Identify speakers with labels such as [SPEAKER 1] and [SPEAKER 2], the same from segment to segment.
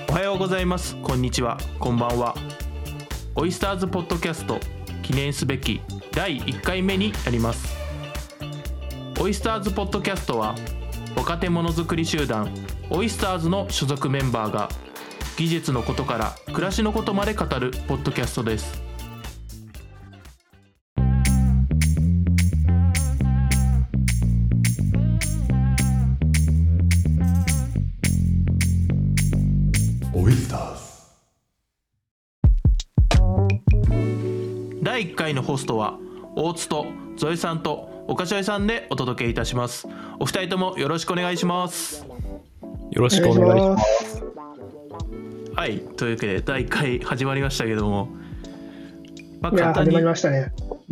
[SPEAKER 1] おはようございます。こんにちは、こんばんは。オイスターズポッドキャスト記念すべき第1回目になります。オイスターズポッドキャストは若手ものづくり集団オイスターズの所属メンバーが技術のことから暮らしのことまで語るポッドキャストです。
[SPEAKER 2] オイスターズ
[SPEAKER 1] 第1回のホストは大津とゾエさんと岡添さんでお届けいたします。お二人ともよろしくお願いします。
[SPEAKER 3] よろしくお願いします。
[SPEAKER 1] はい、というわけで第1回始まりましたけども、
[SPEAKER 4] いや始まりましたね。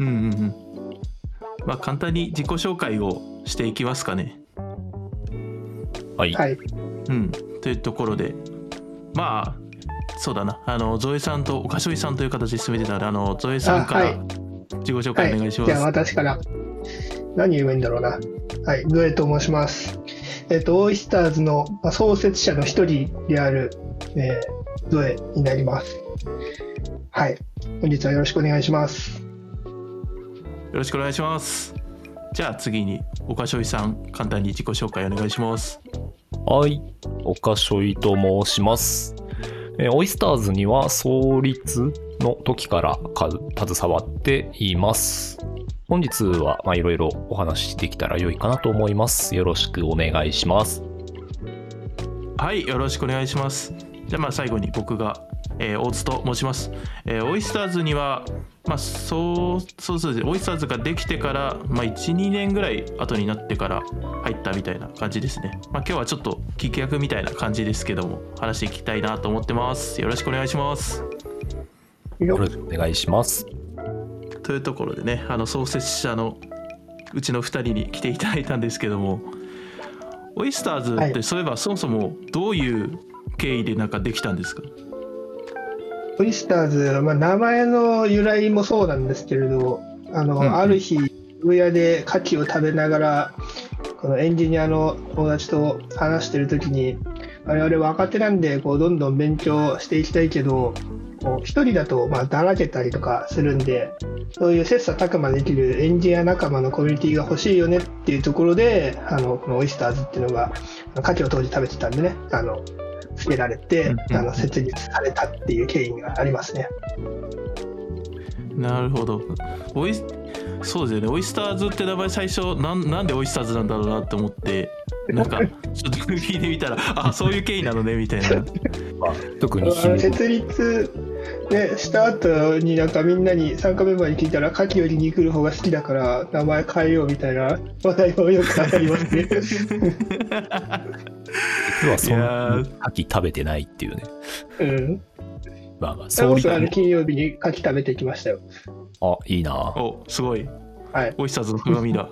[SPEAKER 1] 簡単に自己紹介をしていきますかね。
[SPEAKER 3] はい、
[SPEAKER 1] というところで、そうだな、ゾエさんと岡添さんという形で進めてたので、ゾエさんから自己紹介お願いします。
[SPEAKER 4] じゃあ私から何言えばいいんだろうな。はい、ゾエと申します。オイスターズの創設者の一人である、ゾエになります。はい、本日はよろしくお願いします。
[SPEAKER 1] よろしくお願いします。じゃあ次に岡添さん、簡単に自己紹介お願いします。
[SPEAKER 3] はい、岡添と申します。オイスターズには創立の時から携わっています。本日はいろいろお話しできたら良いかなと思います。よろしくお願いします。
[SPEAKER 1] はい、よろしくお願いします。じゃあ最後に僕が、大津と申します。オイスターズにはそうですね、オイスターズができてから、1、2年ぐらい後になってから入ったみたいな感じですね。今日はちょっと聞き役みたいな感じですけども、話していきたいなと思ってます。よろしくお願いします。
[SPEAKER 3] よろしくお願いします。
[SPEAKER 1] というところでね、創設者のうちの2人に来ていただいたんですけども、オイスターズってそういえばそもそもどういう経緯でできたんですか？
[SPEAKER 4] オイスターズ、名前の由来もそうなんですけれど、ある日渋谷で牡蠣を食べながらこのエンジニアの友達と話してる時に、我々若手なんでどんどん勉強していきたいけど、一人だとだらけたりとかするんで、そういう切磋琢磨できるエンジニア仲間のコミュニティが欲しいよねっていうところで、このオイスターズっていうのが牡蠣を当時食べてたんでね、つけられて、設立されたっていう経緯がありますね。
[SPEAKER 1] なるほど。そうですよね。オイスターズって名前最初なんでオイスターズなんだろうなって思って、ちょっと聞いてみたらそういう経緯なのねみたいな。
[SPEAKER 3] 特に
[SPEAKER 4] 設立、した後にみんなに参加メンバーに聞いたら、牡蠣より肉の方が好きだから名前変えようみたいな話題もよくありますね。
[SPEAKER 3] 実はそんなに牡蠣食べてないっていうね。
[SPEAKER 4] そう金曜日に牡蠣食べてきましたよ。
[SPEAKER 3] あ、いいな。
[SPEAKER 1] お、すごい。
[SPEAKER 4] はい。
[SPEAKER 1] オイスターズの鏡だ。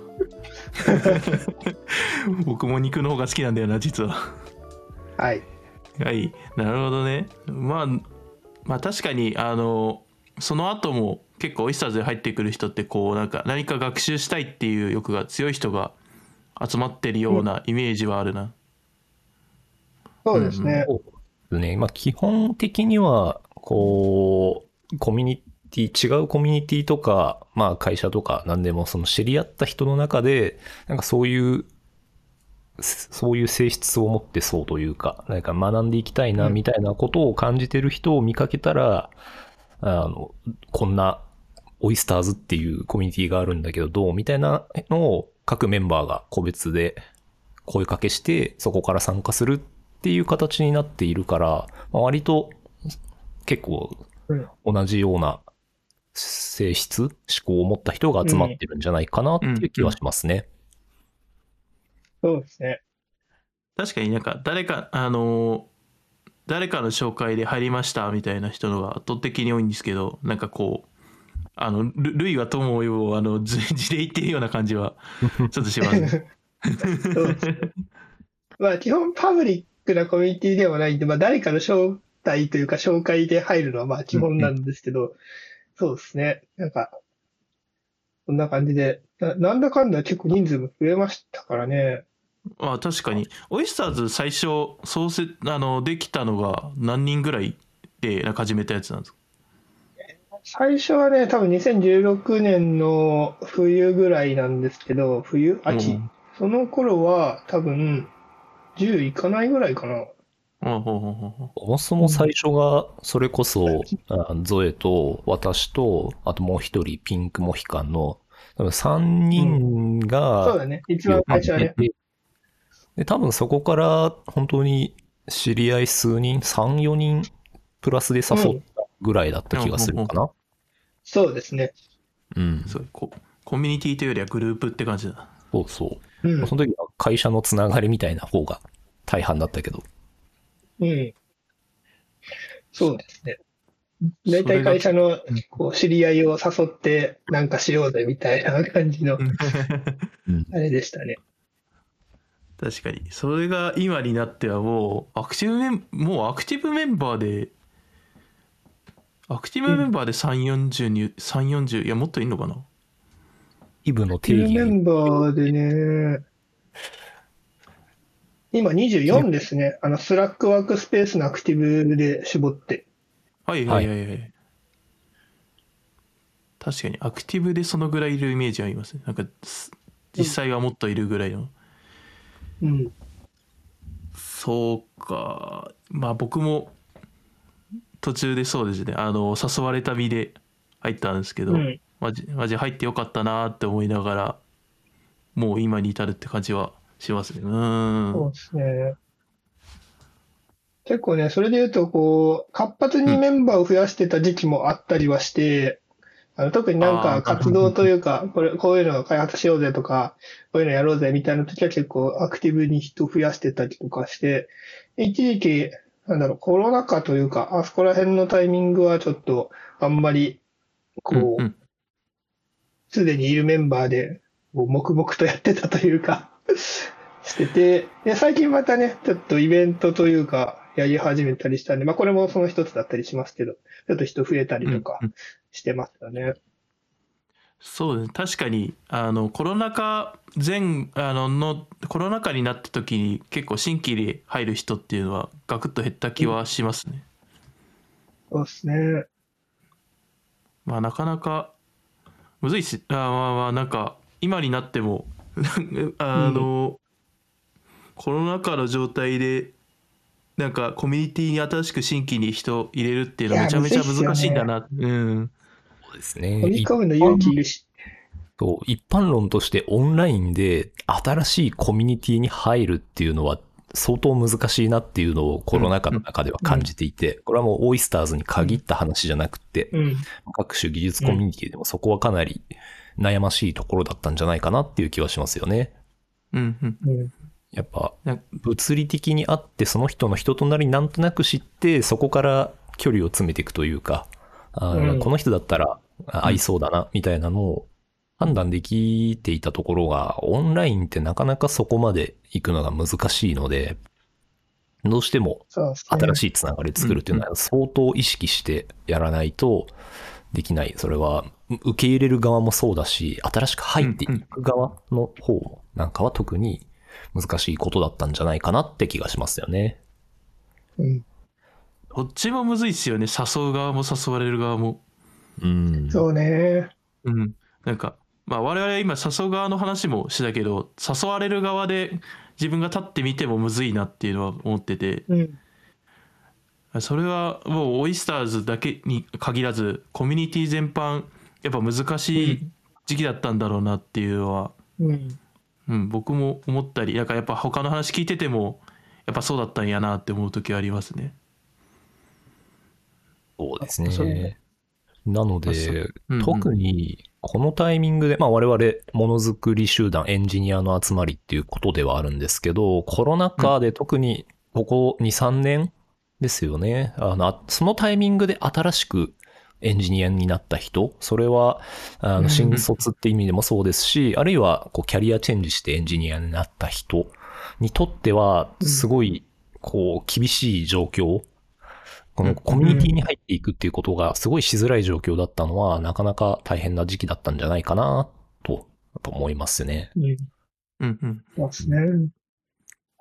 [SPEAKER 1] 僕も肉の方が好きなんだよな、実は。
[SPEAKER 4] はい。
[SPEAKER 1] はい、なるほどね。確かにその後も結構オイスターズに入ってくる人って何か学習したいっていう欲が強い人が集まってるようなイメージはあるな。
[SPEAKER 4] そうですね。
[SPEAKER 3] 基本的にはコミュニティ、違うコミュニティとか、会社とか何でもその知り合った人の中でそういう性質を持ってそうというか、学んでいきたいなみたいなことを感じてる人を見かけたら、こんなオイスターズっていうコミュニティがあるんだけどどうみたいなのを各メンバーが個別で声かけしてそこから参加するっていう形になっているから、割と結構同じような性質、思考を持った人が集まってるんじゃないかなっていう気はしますね。
[SPEAKER 4] そうですね。
[SPEAKER 1] 確かに誰かの紹介で入りましたみたいな人のが圧倒的に多いんですけど、類は友を呼ぶ字で言ってるような感じはちょっとしますね。
[SPEAKER 4] そうですね。基本パブリックなコミュニティではないんで、誰かの招待というか紹介で入るのは基本なんですけど、そうですね。こんな感じでなんだかんだ結構人数も増えましたからね。
[SPEAKER 1] あ、確かに。オイスターズ最初、できたのが何人ぐらいでなんか始めたやつなんですか？
[SPEAKER 4] 最初はね、多分2016年の冬ぐらいなんですけど、秋、その頃は多分10いかないぐらいかな。
[SPEAKER 1] ほうほうほうほうほう。
[SPEAKER 3] そもそも最初が、それこそ、ゾエと私と、あともう一人、ピンクモヒカンの、多分3人
[SPEAKER 4] そう
[SPEAKER 3] が
[SPEAKER 4] だね。一番最初はね。
[SPEAKER 3] で、多分そこから本当に知り合い数人、3、4人プラスで誘ったぐらいだった気がするかな。
[SPEAKER 4] そうですね。
[SPEAKER 3] うん。
[SPEAKER 1] そうコミュニティというよりはグループって感じだ。
[SPEAKER 3] そうそう。
[SPEAKER 4] うん。
[SPEAKER 3] その時は会社のつながりみたいな方が大半だったけど。
[SPEAKER 4] うん。そうですね。大体会社のこう知り合いを誘ってなんかしようぜみたいな感じのあれでしたね。
[SPEAKER 1] 確かに。それが今になってはもうアクティブメンバーで3、40に、3、40、いやもっといいのかな。
[SPEAKER 3] イブの
[SPEAKER 4] アクティブ
[SPEAKER 3] 定義。
[SPEAKER 4] メンバーでね、今24ですね。スラックワークスペースのアクティブで絞って。
[SPEAKER 1] はいはいはいはい。確かにアクティブでそのぐらいいるイメージありますね。なんか実際はもっといるぐらいの。
[SPEAKER 4] うん。
[SPEAKER 1] そうか。まあ僕も途中でそうですね。誘われた身で入ったんですけど、
[SPEAKER 4] うん。
[SPEAKER 1] マジ入ってよかったなって思いながら、もう今に至るって感じはしますね。
[SPEAKER 4] そうですね。結構ね、それで言うと、こう、活発にメンバーを増やしてた時期もあったりはして、特になんか
[SPEAKER 1] ああ、なるほど。
[SPEAKER 4] 活動というか、こういうのを開発しようぜとか、こういうのやろうぜみたいな時は結構アクティブに人増やしてたりとかして、一時期、コロナ禍というか、あそこら辺のタイミングはちょっとあんまり、こう、
[SPEAKER 1] うんうん。
[SPEAKER 4] すでにいるメンバーで、こう黙々とやってたというかしてて、で、最近またね、ちょっとイベントというか、やり始めたりしたんで、まあこれもその一つだったりしますけど、ちょっと人増えたりとか
[SPEAKER 1] うんうん。
[SPEAKER 4] してますよね。
[SPEAKER 1] そうですね。確かに、コロナ禍コロナ禍になった時に結構新規で入る人っていうのはガクッと減った気はしますね。
[SPEAKER 4] そうですね。
[SPEAKER 1] まあなかなかむずいし、まあなんか今になっても
[SPEAKER 4] うん。
[SPEAKER 1] コロナ禍の状態でなんかコミュニティに新しく新規に人入れるっていうのはめ
[SPEAKER 4] いや、
[SPEAKER 1] ちゃめちゃ
[SPEAKER 4] むずいっすよね。
[SPEAKER 1] 難しいんだな。うん。
[SPEAKER 3] そうですね。
[SPEAKER 4] 飛び込むの勇気いるし。
[SPEAKER 3] 一般論としてオンラインで新しいコミュニティに入るっていうのは相当難しいなっていうのをコロナ禍の中では感じていて、これはもうオイスターズに限った話じゃなくて、
[SPEAKER 4] うん。
[SPEAKER 3] 各種技術コミュニティでもそこはかなり悩ましいところだったんじゃないかなっていう気はしますよね。
[SPEAKER 1] うんうん。
[SPEAKER 4] うん。
[SPEAKER 3] やっぱ
[SPEAKER 1] なん
[SPEAKER 3] 物理的に会ってその人の人となりなんとなく知ってそこから距離を詰めていくというか、
[SPEAKER 4] うん
[SPEAKER 3] この人だったら合いそうだなみたいなのを判断できていたところがオンラインってなかなかそこまで行くのが難しいので、どうしても
[SPEAKER 4] そうですね。
[SPEAKER 3] 新しいつながりを作るっていうのは相当意識してやらないとできない。それは受け入れる側もそうだし、新しく入っていく側の方なんかは特に難しいことだったんじゃないかなって気がしますよね。
[SPEAKER 4] うん。
[SPEAKER 1] どっちもむずいっすよね。誘う側も誘われる側も。
[SPEAKER 3] うん。
[SPEAKER 4] そうね。
[SPEAKER 1] うん。なんか、まあ我々は今誘う側の話もしたけど、誘われる側で自分が立ってみてもむずいなっていうのは思ってて、
[SPEAKER 4] うん。
[SPEAKER 1] それはもうオイスターズだけに限らず、コミュニティ全般、やっぱ難しい時期だったんだろうなっていうのは、
[SPEAKER 4] うん。
[SPEAKER 1] 僕も思ったり、なんかやっぱ他の話聞いてても、やっぱそうだったんやなって思う時はありますね。
[SPEAKER 3] そうです
[SPEAKER 1] それ
[SPEAKER 3] ね。なので、
[SPEAKER 1] うんうん
[SPEAKER 3] 特にこのタイミングで、まあ我々ものづくり集団、エンジニアの集まりっていうことではあるんですけど、コロナ禍で特にここ2、3年ですよね。そのタイミングで新しくエンジニアになった人、それは、新卒って意味でもそうですし、あるいはこうキャリアチェンジしてエンジニアになった人にとっては、すごい、こう、厳しい状況、このコミュニティに入っていくっていうことがすごいしづらい状況だったのは、なかなか大変な時期だったんじゃないかな、と思いますね。
[SPEAKER 4] うん。
[SPEAKER 1] うんうん。
[SPEAKER 4] そうですね。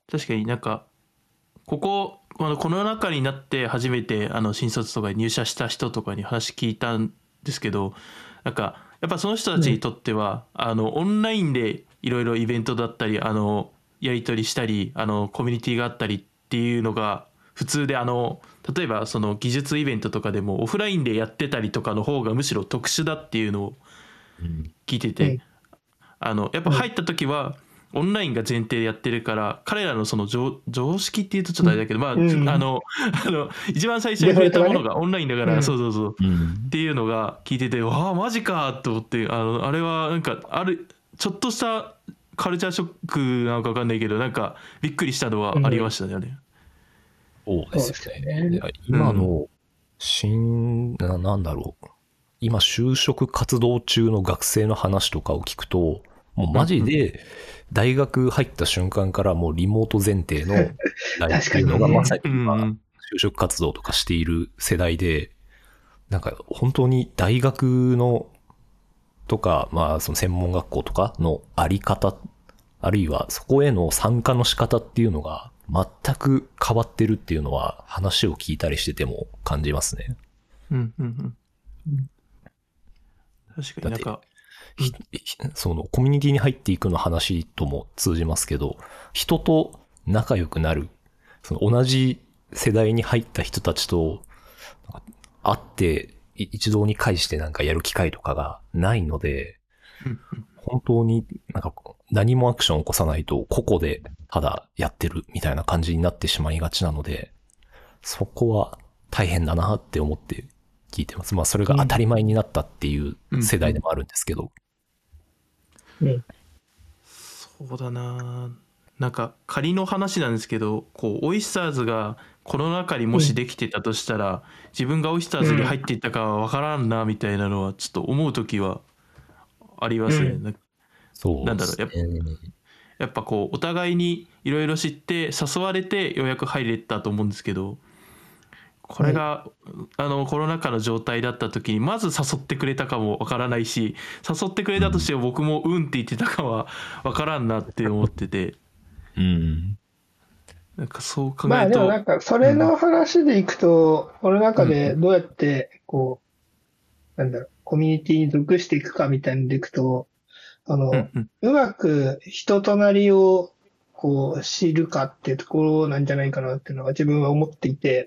[SPEAKER 1] 確かになんかこのコロナ禍になって初めて新卒とかに入社した人とかに話聞いたんですけど、なんかやっぱその人たちにとっては、オンラインでいろいろイベントだったりやり取りしたりコミュニティがあったりっていうのが普通で、例えばその技術イベントとかでもオフラインでやってたりとかの方がむしろ特殊だっていうのを聞いてて、やっぱ入った時はオンラインが前提でやってるから彼らのその常識っていうとちょっとあれだけど、まあ、一番最初に触れたものがオンラインだから、そうそうそう、っていうのが聞いてて、わあマジかと思って、あれはなんかちょっとしたカルチャーショックなのか分かんないけど、なんかびっくりしたのはありましたね。
[SPEAKER 3] そうですよね。今のなんだろう。今就職活動中の学生の話とかを聞くと、もうマジで大学入った瞬間からもうリモート前提の大学っていうのがまさに今就職活動とかしている世代で、なんか本当に大学のとか、まあその専門学校とかのあり方、あるいはそこへの参加の仕方っていうのが全く変わってるっていうのは話を聞いたりしてても感じますね。
[SPEAKER 1] 確かになんか
[SPEAKER 3] そのコミュニティに入っていくの話とも通じますけど、人と仲良くなる、その同じ世代に入った人たちと会って一堂に会してなんかやる機会とかがないので、本当になんか何もアクションを起こさないと個々でただやってるみたいな感じになってしまいがちなので、そこは大変だなって思って聞いてます。まあそれが当たり前になったっていう世代でもあるんですけど。
[SPEAKER 1] そうだな、なんか仮の話なんですけど、こうオイスターズがコロナ禍にもしできてたとしたら、自分がオイスターズに入っていったかは分からんなみたいなのはちょっと思う時はありますね。
[SPEAKER 3] そう
[SPEAKER 1] なんだろう、やっぱこうお互いにいろいろ知って誘われてようやく入れたと思うんですけど、これがコロナ禍の状態だった時にまず誘ってくれたかもわからないし、誘ってくれたとしても僕もうんって言ってたかはわからんなって思ってて、なんかそう考えると、
[SPEAKER 4] まあでもなんかそれの話でいくと、この中でどうやってこう、なんだろう、コミュニティに属していくかみたいなのでいくと、うまく人となりをこう知るかっていうところなんじゃないかなっていうのが自分は思っていて、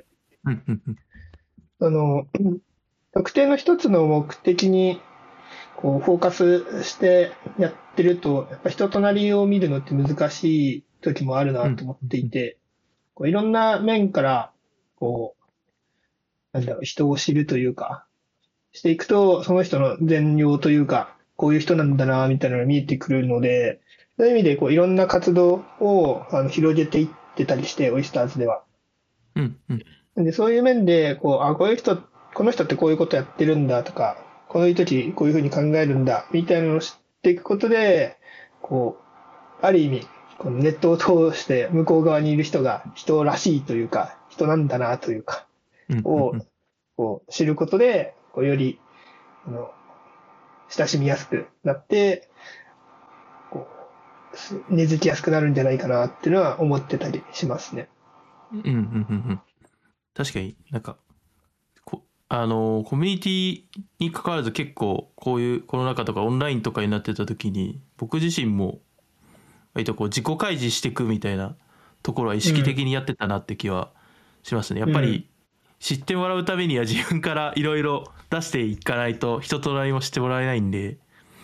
[SPEAKER 4] 特定の一つの目的にこうフォーカスしてやってると、やっぱ人となりを見るのって難しい時もあるなと思っていて、こういろんな面からこう、なんだろう、人を知るというか、していくと、その人の全容というか、こういう人なんだな、みたいなのが見えてくるので、そういう意味で、こう、いろんな活動を広げていってたりして、オイスターズでは。で、そういう面で、こう、この人ってこういうことやってるんだとか、こういう時こういうふうに考えるんだ、みたいなのを知っていくことで、こう、ある意味、このネットを通して向こう側にいる人が人らしいというか、人なんだなというか、をこう知ることで、こうより親しみやすくなって、こう根付きやすくなるんじゃないかなっていうのは思ってたりしますね。
[SPEAKER 1] 確かになんかコミュニティに関わらず結構こういうコロナ禍とかオンラインとかになってた時に、僕自身も割とこう自己開示していくみたいなところは意識的にやってたなって気はしますね。やっぱり知ってもらうためには自分からいろいろ出していかないと人となりも知ってもらえないんで、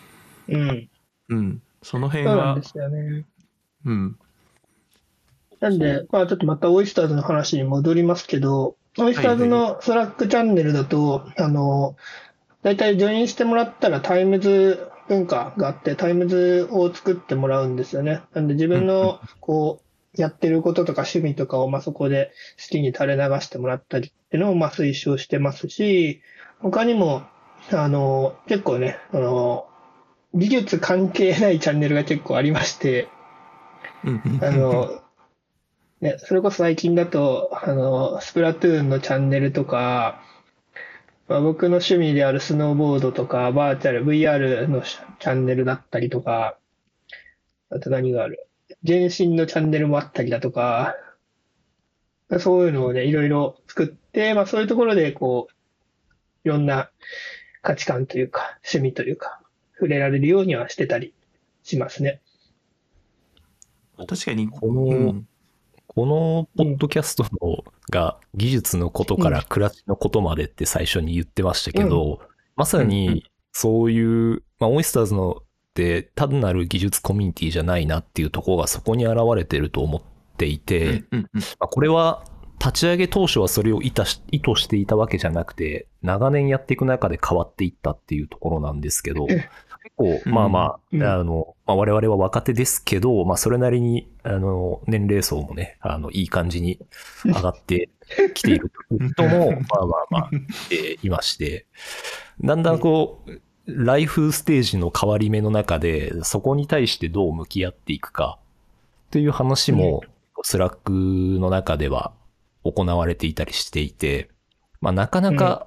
[SPEAKER 1] その辺は
[SPEAKER 4] そうなんですよね。
[SPEAKER 1] なん
[SPEAKER 4] で、まあちょっとまたオイスターズの話に戻りますけど、オイスターズのスラックチャンネルだと、だいたいジョインしてもらったらタイムズ文化があって、タイムズを作ってもらうんですよね。なんで自分のこう、やってることとか趣味とかをまあそこで好きに垂れ流してもらったりっていうのをまあ推奨してますし、他にも、結構ね、技術関係ないチャンネルが結構ありまして、それこそ最近だと、スプラトゥーンのチャンネルとか、まあ、僕の趣味であるスノーボードとか、バーチャル、VR のチャンネルだったりとか、あと何がある原神のチャンネルもあったりだとか、そういうのをね、いろいろ作って、そういうところで、いろんな価値観というか、趣味というか、触れられるようにはしてたりしますね。
[SPEAKER 1] 確かに、
[SPEAKER 3] このポッドキャストが技術のことから暮らしのことまでって最初に言ってましたけど、まさにそういう、オイスターズのって単なる技術コミュニティじゃないなっていうところがそこに現れてると思っていて、これは立ち上げ当初はそれを意図していたわけじゃなくて、長年やっていく中で変わっていったっていうところなんですけど、結構、我々は若手ですけど、それなりに、年齢層もね、いい感じに上がってきている人も、いまして、だんだんライフステージの変わり目の中で、そこに対してどう向き合っていくか、という話も、スラックの中では行われていたりしていて、なかなか、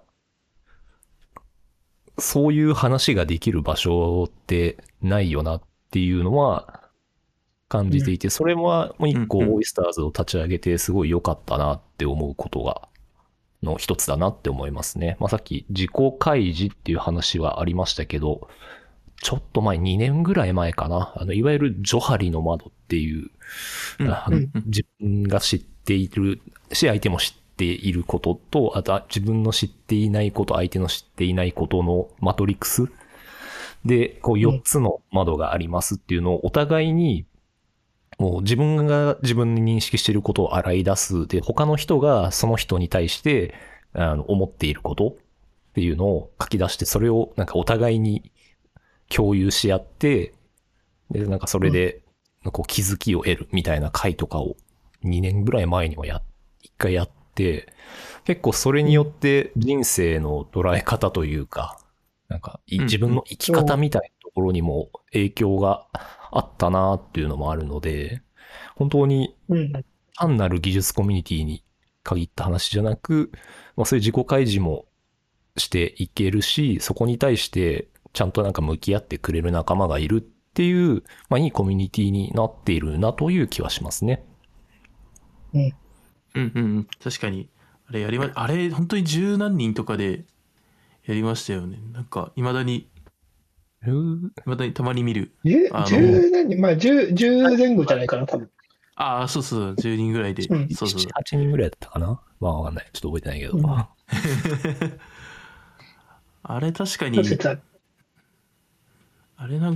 [SPEAKER 3] そういう話ができる場所ってないよなっていうのは感じていて、それはもう一個オイスターズを立ち上げてすごい良かったなって思うことが、の一つだなって思いますね。さっき自己開示っていう話はありましたけど、ちょっと前、2年ぐらい前かな。いわゆるジョハリの窓っていう、自分が知っているし、相手も知っていることと、あとは自分の知っていないこと、相手の知っていないことのマトリックスで、4つの窓がありますっていうのをお互いに、もう自分が自分に認識していることを洗い出す。で、他の人がその人に対して、思っていることっていうのを書き出して、それをお互いに共有し合って、で、それで、気づきを得るみたいな会とかを2年ぐらい前には一回やって、結構それによって人生の捉え方というか、自分の生き方みたいなところにも影響があったなっていうのもあるので、本当に単なる技術コミュニティに限った話じゃなく、そういう自己開示もしていけるし、そこに対してちゃんと向き合ってくれる仲間がいるっていう、いいコミュニティになっているなという気はしますね。
[SPEAKER 1] 確かに。あれ、本当に十何人とかでやりましたよね。いまだにたまに見る。
[SPEAKER 4] 10何人10前後じゃないかな、多分。
[SPEAKER 1] そうそう、10人ぐらいで。そう
[SPEAKER 3] 7、8人ぐらいだったかな。わかんない。ちょっと覚えてないけど。
[SPEAKER 1] あれ確かに、あれ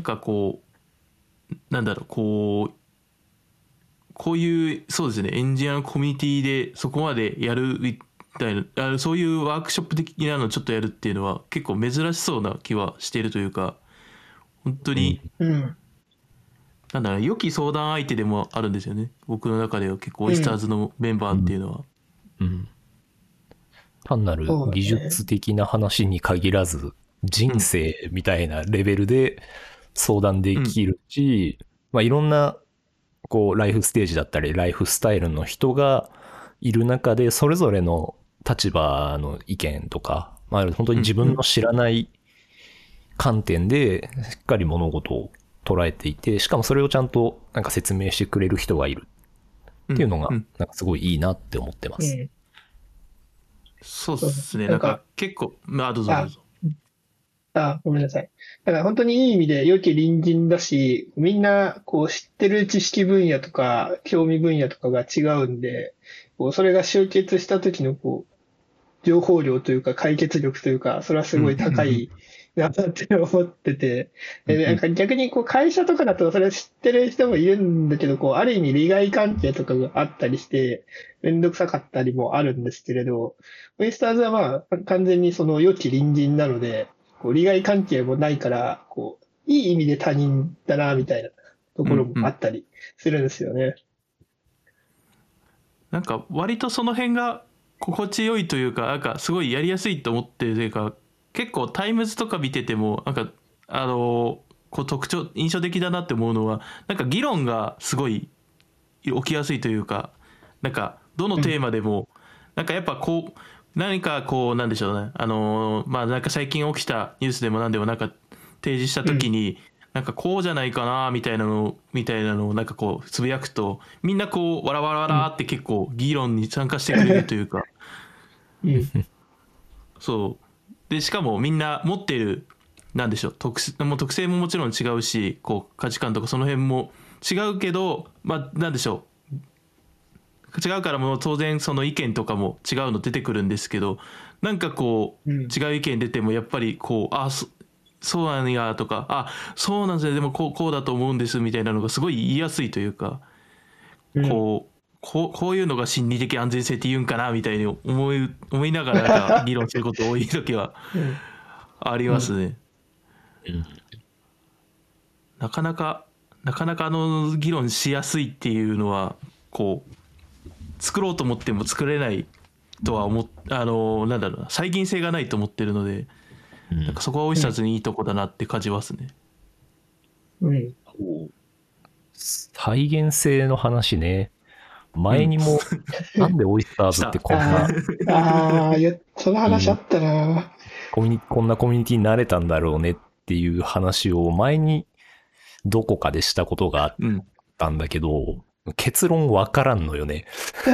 [SPEAKER 1] こういう、そうですね、エンジニアのコミュニティでそこまでやるみたいな、そういうワークショップ的なのをちょっとやるっていうのは結構珍しそうな気はしているというか、本当に、良き相談相手でもあるんですよね。僕の中では結構オイスターズのメンバーっていうのは。
[SPEAKER 3] 単なる技術的な話に限らず、人生みたいなレベルで相談できるし、いろんなライフステージだったりライフスタイルの人がいる中で、それぞれの立場の意見とか、本当に自分の知らない観点でしっかり物事を捉えていて、しかもそれをちゃんと説明してくれる人がいるっていうのがすごいいいなって思ってます。
[SPEAKER 1] そうですね。結構、どうぞどうぞ。
[SPEAKER 4] ごめんなさい。だから本当にいい意味で良き隣人だし、みんな知ってる知識分野とか興味分野とかが違うんで、それが集結した時の情報量というか解決力というか、それはすごい高いなって思ってて、逆に会社とかだとそれ知ってる人もいるんだけど、ある意味利害関係とかがあったりして、めんどくさかったりもあるんですけれど、オイスターズは完全にその良き隣人なので、利害関係もないから、いい意味で他人だな、みたいなところもあったりするんですよね。
[SPEAKER 1] 割とその辺が心地よいというか、すごいやりやすいと思ってるというか、結構タイムズとか見てても、印象的だなって思うのは、議論がすごい起きやすいというか、どのテーマでも、やっぱ何かなんでしょうね、最近起きたニュースでも何でも提示した時に、 なんかこうじゃないかなみたいなのをなんかこうつぶやくと、みんなこうわらわらわらって結構議論に参加してくれるというか、そうで、しかもみんな持っているなんでしょう、特性ももちろん違うし、こう価値観とかその辺も違うけど、まあなんでしょう、違うからもう当然その意見とかも違うの出てくるんですけど、なんかこう違う意見出てもやっぱりこうそうなんやとか、そうなんですね、でもこうだと思うんですみたいなのがすごい言いやすいというか、こういうのが心理的安全性って言うんかなみたいに思いながらなんか議論すること多い時はありますね。なかなか議論しやすいっていうのはこう作ろうと思っても作れないとはなんだろうな、再現性がないと思ってるので、なんかそこはオイスターズにいいとこだなって感じますね。
[SPEAKER 3] 再現性の話ね。前にも、なんでオイスターズってこんな、
[SPEAKER 4] その話あったな。
[SPEAKER 3] こんなコミュニティになれたんだろうねっていう話を前にどこかでしたことがあったんだけど、結論わからんのよね。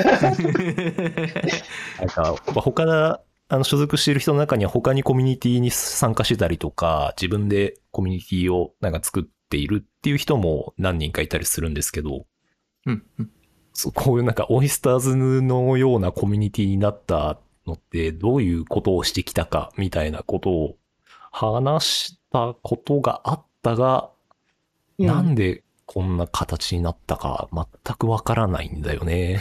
[SPEAKER 3] なんか他所属している人の中には他にコミュニティに参加してたりとか、自分でコミュニティをなんか作っているっていう人も何人かいたりするんですけど、こういうなんかオイスターズのようなコミュニティになったのってどういうことをしてきたかみたいなことを話したことがあったが、なんでこんな形になったか全くわからないんだよね。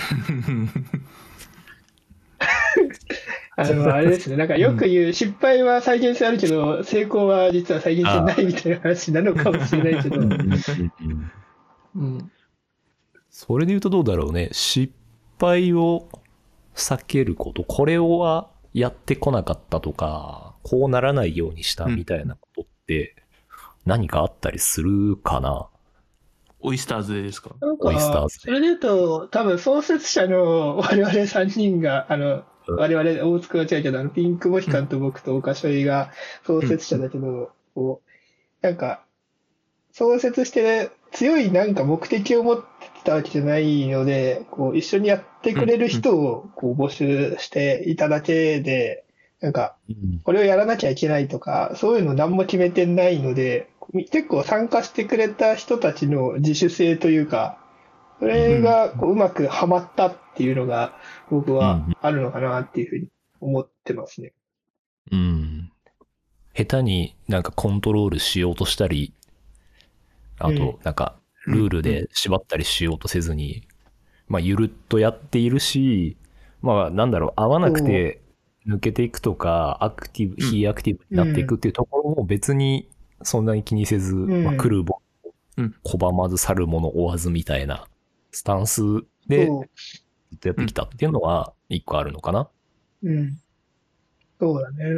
[SPEAKER 4] あれですね、なんかよく言う、失敗は再現性あるけど、成功は実は再現性ないみたいな話なのかもしれないけど。
[SPEAKER 3] それで言うとどうだろうね。失敗を避けること、これはやってこなかったとか、こうならないようにしたみたいなことって何かあったりするかな。
[SPEAKER 1] オイスターズでですか？
[SPEAKER 3] オイスターズで。
[SPEAKER 4] それで言うと、多分創設者の我々3人が、我々、大塚は違うけど、ピンクモヒカンと僕と岡しょいが創設者だけど、こう、なんか、創設して強いなんか目的を持ってたわけじゃないので、こう、一緒にやってくれる人をこう募集していただけで、なんか、これをやらなきゃいけないとか、そういうの何も決めてないので、結構参加してくれた人たちの自主性というか、それがこううまくはまったっていうのが僕はあるのかなっていうふうに思ってますね。
[SPEAKER 3] 下手になんかコントロールしようとしたり、あとなんかルールで縛ったりしようとせずに、まあゆるっとやっているし、まあなんだろう、合わなくて抜けていくとか、非アクティブになっていくっていうところも別にそんなに気にせず、まあ、来るもの拒まず去るもの追わずみたいなスタンスでずっとやってきたっていうのは一個あるのかな。
[SPEAKER 4] そうだね。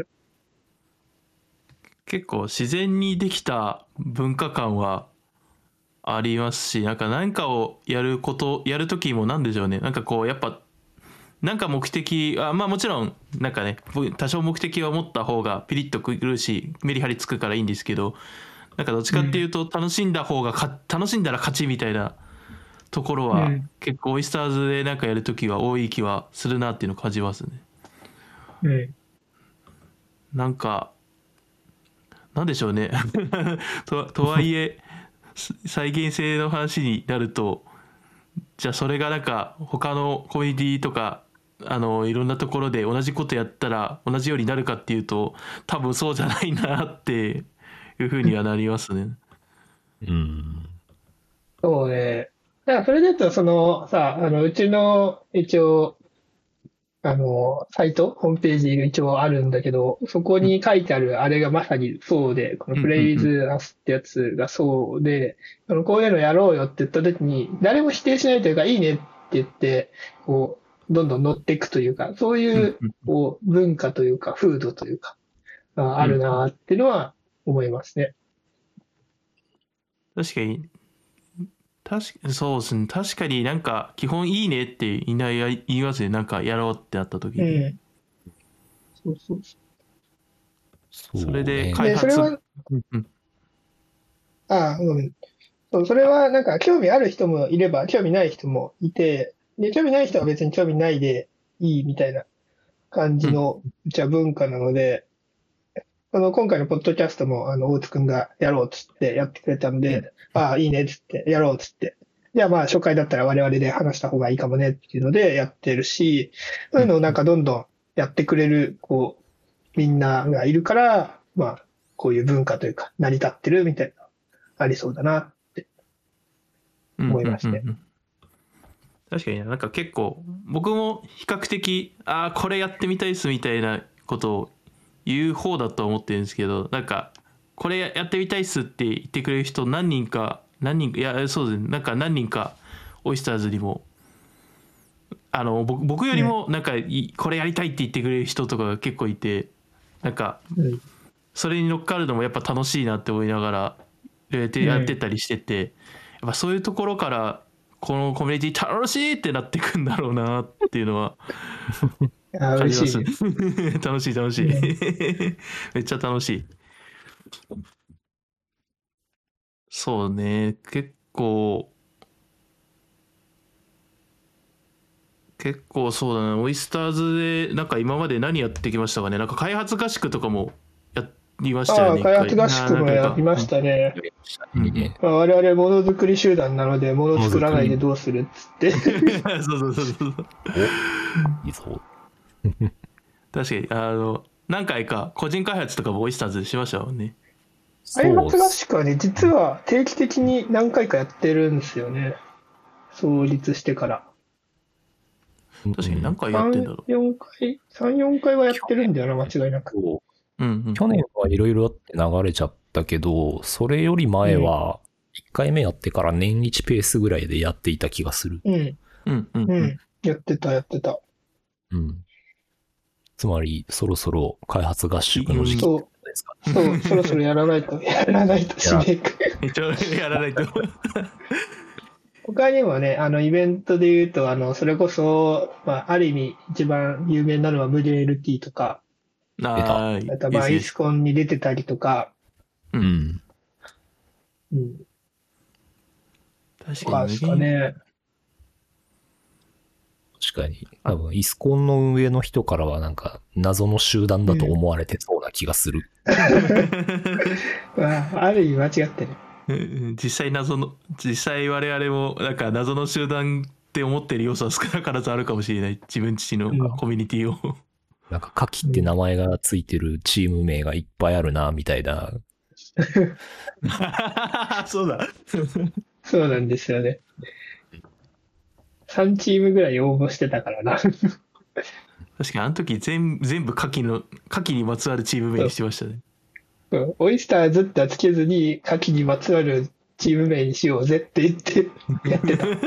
[SPEAKER 1] 結構自然にできた文化観はありますし、なんか何かをやる時もなんでしょうね、なんかこうやっぱなんか目的まあもちろんなんかね、多少目的を持った方がピリッとくるしメリハリつくからいいんですけど、なんかどっちかっていうと楽しんだら勝ちみたいなところは結構オイスターズでなんかやるときは多い気はするなっていうのを感じますね。なんかなんでしょうねとはいえ再現性の話になると、じゃあそれがなんか他のコミュニティとかいろんなところで同じことやったら同じようになるかっていうと多分そうじゃないなっていうふうにはなりますね。
[SPEAKER 4] そうね。だからそれで言うと、そのさ、うちの一応、サイト、ホームページが一応あるんだけど、そこに書いてあるあれがまさにそうで、このプレイズアスってやつがそうで、こういうのやろうよって言った時に、誰も否定しないというか、いいねって言って、こう、どんどん乗っていくというか、そういう、こう、文化というか、風土というか、あるなっていうのは思いますね。
[SPEAKER 1] 確かにそうですね。確かになんか基本いいねって言いますね。なんかやろうってなった時に。
[SPEAKER 4] そう。
[SPEAKER 1] それで開発。
[SPEAKER 4] ごめん。そう、それはなんか興味ある人もいれば、興味ない人もいて、で、興味ない人は別に興味ないでいいみたいな感じの、うちは文化なので、今回のポッドキャストも、大津くんがやろうっつってやってくれたんで、ああ、いいねっつって、やろうっつって。じゃあまあ、初回だったら我々で話した方がいいかもねっていうのでやってるし、そういうのをなんかどんどんやってくれる、こう、みんながいるから、まあ、こういう文化というか、成り立ってるみたいな、ありそうだなって思いまして。
[SPEAKER 1] 確かになんか結構僕も比較的これやってみたいっすみたいなことを言う方だと思ってるんですけど、なんかこれやってみたいっすって言ってくれる人何人かいやそうですね、なんか何人かオイスターズにも僕よりもなんかこれやりたいって言ってくれる人とかが結構いて、なんかそれに乗っかるのもやっぱ楽しいなって思いながらやってたりしてて、やっぱそういうところからこのコミュニティ楽しいってなってくんだろうなっていうのは感じます。楽しい楽しいめっちゃ楽しい。そうね、結構そうだな。オイスターズでなんか今まで何やってきましたかね。なんか開発合宿とかもやりましたよね、一
[SPEAKER 4] 開
[SPEAKER 1] 回。
[SPEAKER 4] 発合宿もやりましたね。我々ものづくり集団なので、もの作らないでどうするっつって。
[SPEAKER 1] そうそう。
[SPEAKER 3] いいぞ。
[SPEAKER 1] 確かに何回か個人開発とかもオイスターズでしましたもんね。
[SPEAKER 4] 開発合宿はね、実は定期的に何回かやってるんですよね。創立してから。
[SPEAKER 1] 確かに何回やってんだろう。
[SPEAKER 4] 3、4回はやってるんだよな、間違いなく。
[SPEAKER 3] 去年はいろいろあって流れちゃったけど、それより前は、1回目やってから年1ペースぐらいでやっていた気がする。
[SPEAKER 4] やってた。
[SPEAKER 3] つまり、そろそろ開発合宿の時期ですか。
[SPEAKER 4] そう、そろそろやらないとしめく。
[SPEAKER 1] やらないと。
[SPEAKER 4] 他にもね、イベントで言うと、それこそ、ある意味一番有名なのは無限 LT とか、あとイスコンに出てたりとか、
[SPEAKER 1] 確かに
[SPEAKER 4] ですかね。
[SPEAKER 3] 確かに。多分、イスコンの運営の人からはなんか、謎の集団だと思われてそうな気がする。
[SPEAKER 4] ある意味間違ってる。
[SPEAKER 1] 実際我々もなんか謎の集団って思ってる要素は少なからずあるかもしれない。自分自身のコミュニティを。
[SPEAKER 3] なんか、カキって名前がついてるチーム名がいっぱいあるな、みたいな。
[SPEAKER 1] そうだ。
[SPEAKER 4] そうなんですよね。3チームぐらい応募してたからな。
[SPEAKER 1] 確かにあの時全部カキにまつわるチーム名にしてましたね。
[SPEAKER 4] オイスターズってはつけずに、カキにまつわるチーム名にしようぜって言ってやってた。あ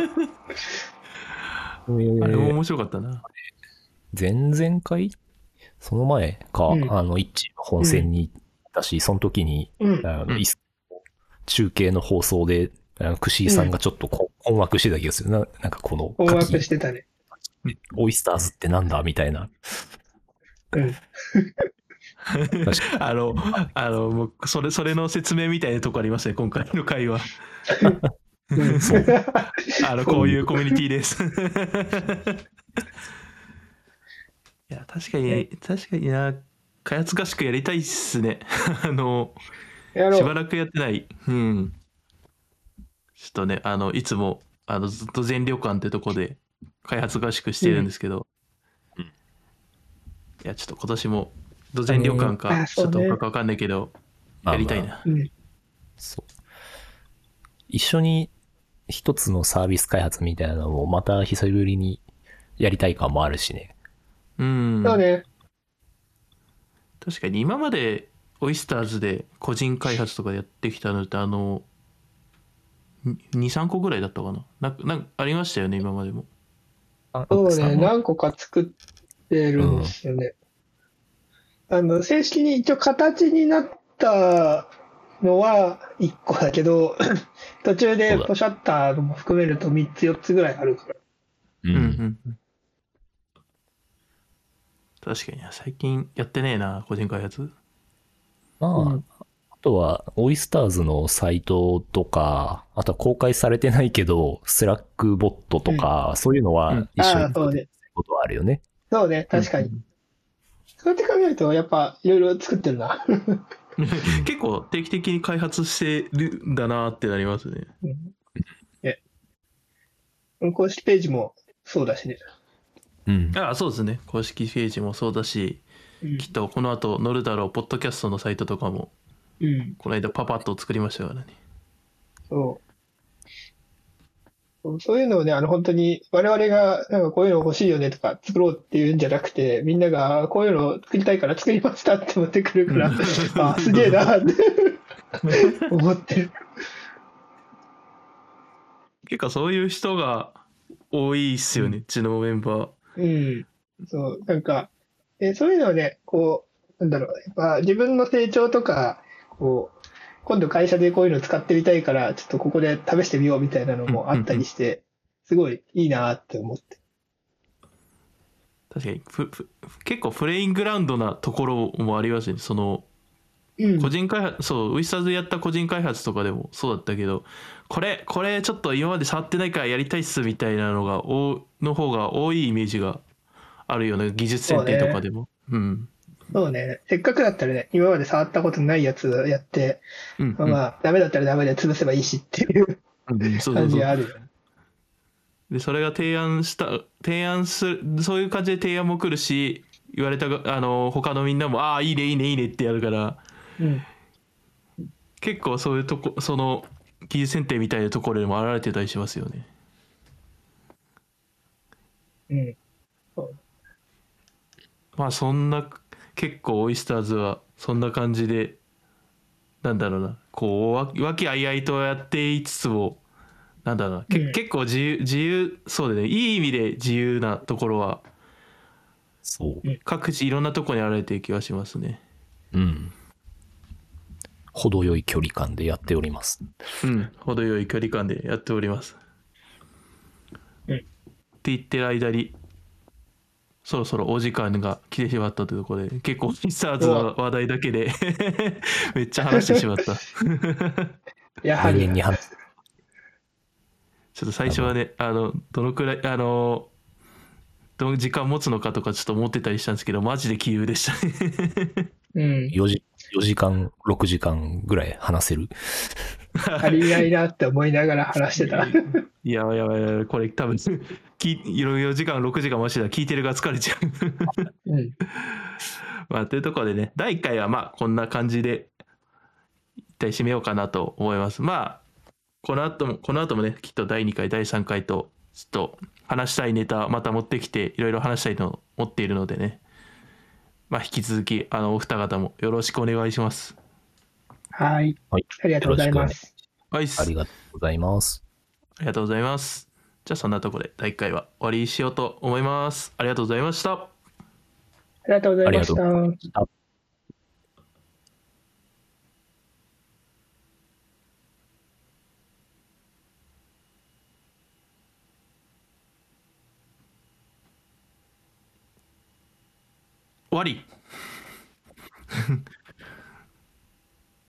[SPEAKER 1] れも面白かったな。
[SPEAKER 3] 前々回その前か、一チーム本戦に行ったし、その時に、中継の放送で、串井さんがちょっと困惑してた気がするな。なんかこの、
[SPEAKER 4] 困惑してたね。
[SPEAKER 3] オイスターズってなんだみたいな。
[SPEAKER 1] 確かにもうそれの説明みたいなとこありましたね、今回の会話。そうこういうコミュニティですいや確かにな、開発合宿やりたいっすねしばらくやってない。ちょっとね、いつもずっと全旅館ってとこで開発合宿してるんですけど、いやちょっと今年も土全旅館かちょっと分かんないけど、やりたいな。
[SPEAKER 3] そう。一緒に一つのサービス開発みたいなのもまた久しぶりにやりたい感もあるしね。
[SPEAKER 4] そうね。
[SPEAKER 1] 確かに今までオイスターズで個人開発とかやってきたのって2、3個ぐらいだったかな。なんかありましたよね、今までも。
[SPEAKER 4] そうね、何個か作ってるんですよね。正式に一応形になったのは1個だけど、途中でポシャッターも含めると3つ4つぐらいあるから。
[SPEAKER 1] 確かに最近やってねえな、個人開発。
[SPEAKER 3] まあ、 とは、オイスターズのサイトとか、あとは公開されてないけど、スラックボットとか、そういうのは一緒に作ってることはあるよね。
[SPEAKER 4] そうね、確かに。そうやって考えると、やっぱいろいろ作ってるな。
[SPEAKER 1] 結構定期的に開発してるんだなってなりますね。
[SPEAKER 4] 公式ページもそうだしね。
[SPEAKER 1] そうですね。公式ページもそうだし、きっとこの後乗るだろうポッドキャストのサイトとかも、この間パパッと作りましたからね。
[SPEAKER 4] そういうのをね、本当に我々がなんかこういうの欲しいよねとか作ろうっていうんじゃなくて、みんながこういうのを作りたいから作りましたって持ってくるから、すげえなって思ってる。
[SPEAKER 1] 結構そういう人が多いっすよね、うちのメンバー。
[SPEAKER 4] そう、なんか、そういうのをね、こう、やっぱ自分の成長とか、こう、今度会社でこういうの使ってみたいから、ちょっとここで試してみようみたいなのもあったりして、すごいいいなって思って。
[SPEAKER 1] 確かに結構プレイングラウンドなところもありますね。その個人開発、そうウイスターズでやった個人開発とかでもそうだったけど、これちょっと今まで触ってないからやりたいっすみたいなのがの方が多いイメージがあるよね、技術選定とかでも。
[SPEAKER 4] そうね、せっかくだったらね、今まで触ったことないやつやって、ダメだったらダメで潰せばいいしっていう感じがあるよね。
[SPEAKER 1] でそれがそういう感じで提案も来るし、言われた他のみんなもいいねいいねいいねってやるから、結構そういうその技術選定みたいなところでも現れてたりしますよね。そんな結構オイスターズはそんな感じで、なんだろうな、こう和気あいあいとやっていつつも、なんだろうな、結構自由そうでね、いい意味で自由なところは各地いろんなところに現れてる気がしますね。
[SPEAKER 3] 程よい距離感でやっております。
[SPEAKER 1] 程よい距離感でやっております。って言ってる間にそろそろお時間が来てしまったというところで、結構オイスターズの話題だけでめっちゃ話してしまった。
[SPEAKER 4] やはり
[SPEAKER 3] ちょ
[SPEAKER 1] っと最初はね、どのくらいどの時間持つのかとかちょっと思ってたりしたんですけど、マジで気憂でしたね。
[SPEAKER 3] 4時間6時間ぐらい話せる。
[SPEAKER 4] 足りないなって思いながら話してた。
[SPEAKER 1] いやこれ多分4時間6時間もしてたら聞いてるが疲れちゃう。というところでね、第1回はこんな感じで一体締めようかなと思います。この後もね、きっと第2回第3回とちょっと話したいネタまた持ってきていろいろ話したいのを持っているのでね、引き続きお二方もよろしくお願いします。
[SPEAKER 4] はい、ありがとうございます。
[SPEAKER 3] ありがとうございます。
[SPEAKER 1] ありがとうございます。じゃあそんなところで第1回は終わりにしようと思います。ありがとうございました。
[SPEAKER 4] ありがとうございました。
[SPEAKER 1] 終わり